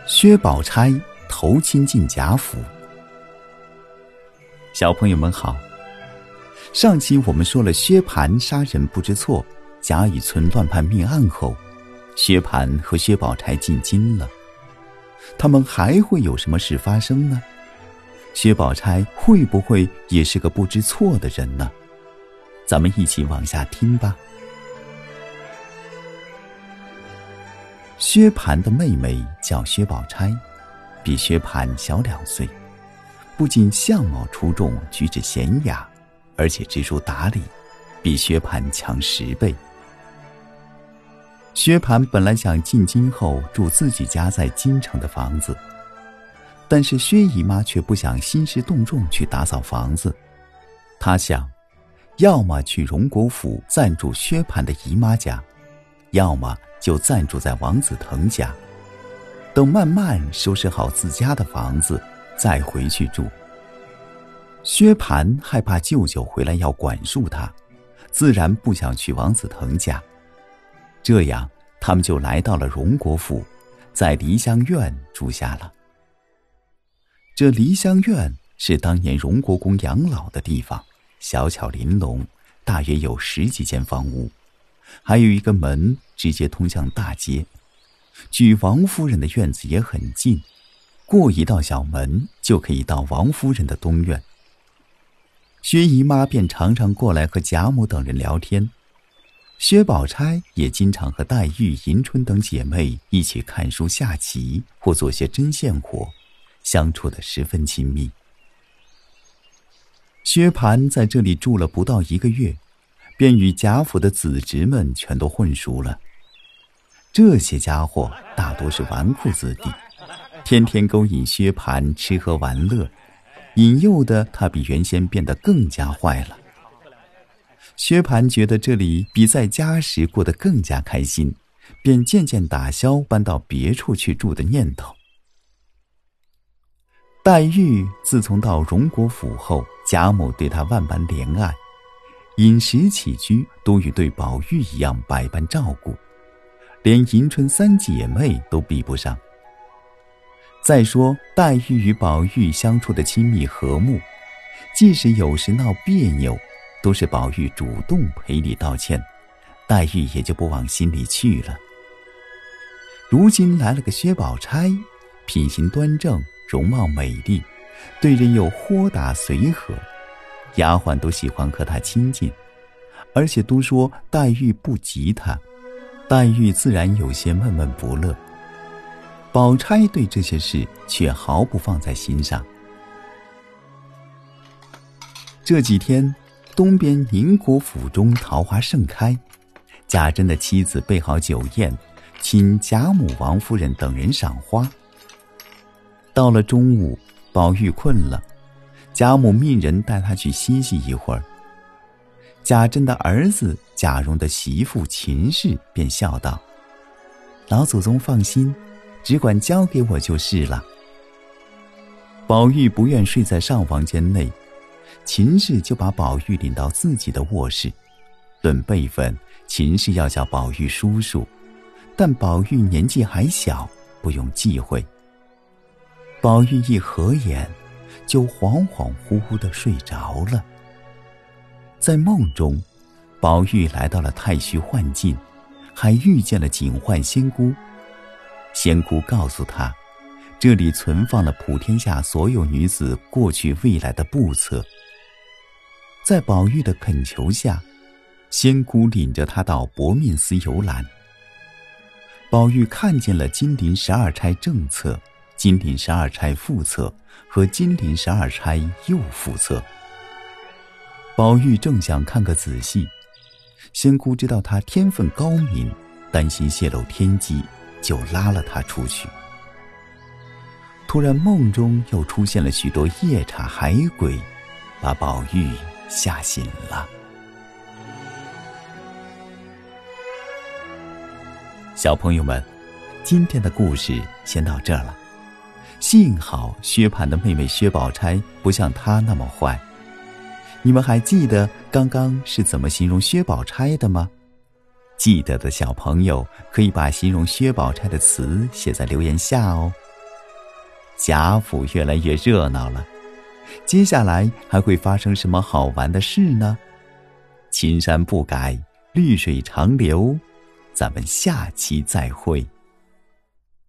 薛宝钗投亲进贾府。小朋友们好，上期我们说了薛蟠杀人不知错，贾雨村乱判命案后，薛蟠和薛宝钗进京了。他们还会有什么事发生呢？薛宝钗会不会也是个不知错的人呢？咱们一起往下听吧。薛蟠的妹妹叫薛宝钗，比薛蟠小2岁，不仅相貌出众，举止娴雅，而且知书达理，比薛蟠强10倍。薛蟠本来想进京后住自己家在京城的房子，但是薛姨妈却不想兴师动众去打扫房子。她想，要么去荣国府暂住薛蟠的姨妈家，要么就暂住在王子腾家，等慢慢收拾好自家的房子再回去住。薛蟠害怕舅舅回来要管束他，自然不想去王子腾家。这样他们就来到了荣国府，在梨香院住下了。这梨香院是当年荣国公养老的地方，小巧玲珑，大约有10几间房屋，还有一个门直接通向大街，距王夫人的院子也很近，过一道小门就可以到王夫人的东院。薛姨妈便常常过来和贾母等人聊天，薛宝钗也经常和黛玉、迎春等姐妹一起看书下棋或做些针线活，相处得十分亲密。薛蟠在这里住了不到1个月，便与贾府的子侄们全都混熟了。这些家伙大多是纨绔子弟，天天勾引薛蟠吃喝玩乐，引诱的他比原先变得更加坏了。薛蟠觉得这里比在家时过得更加开心，便渐渐打消搬到别处去住的念头。黛玉自从到荣国府后，贾母对她万般怜爱，饮食起居都与对宝玉一样百般照顾，连迎春3姐妹都比不上。再说黛玉与宝玉相处的亲密和睦，即使有时闹别扭，都是宝玉主动赔礼道歉，黛玉也就不往心里去了。如今来了个薛宝钗，品行端正，容貌美丽，对人又豁达随和，丫鬟都喜欢和她亲近，而且都说黛玉不及她，黛玉自然有些闷闷不乐。宝钗对这些事却毫不放在心上。这几天东边宁国府中桃花盛开，贾珍的妻子备好酒宴，请贾母、王夫人等人赏花。到了中午，宝玉困了，贾母命人带他去歇息一会儿。贾珍的儿子贾蓉的媳妇秦氏便笑道：“老祖宗放心，只管交给我就是了。”宝玉不愿睡在上房间内，秦氏就把宝玉领到自己的卧室。论辈分，秦氏要叫宝玉叔叔，但宝玉年纪还小，不用忌讳。宝玉一合眼，就恍恍惚惚地睡着了。在梦中，宝玉来到了太虚幻境，还遇见了警幻仙姑。仙姑告诉他，这里存放了普天下所有女子过去未来的簿册。在宝玉的恳求下，仙姑领着他到薄命司游览。宝玉看见了金陵12钗正册、金陵12钗副册和金陵12钗右副册。宝玉正想看个仔细，仙姑知道他天分高明，担心泄露天机，就拉了他出去。突然梦中又出现了许多夜叉海鬼，把宝玉吓醒了。小朋友们，今天的故事先到这儿了。幸好薛蟠的妹妹薛宝钗不像他那么坏。你们还记得刚刚是怎么形容薛宝钗的吗？记得的小朋友可以把形容薛宝钗的词写在留言下哦。 贾府越来越热闹了。接下来还会发生什么好玩的事呢？青山不改，绿水长流，咱们下期再会。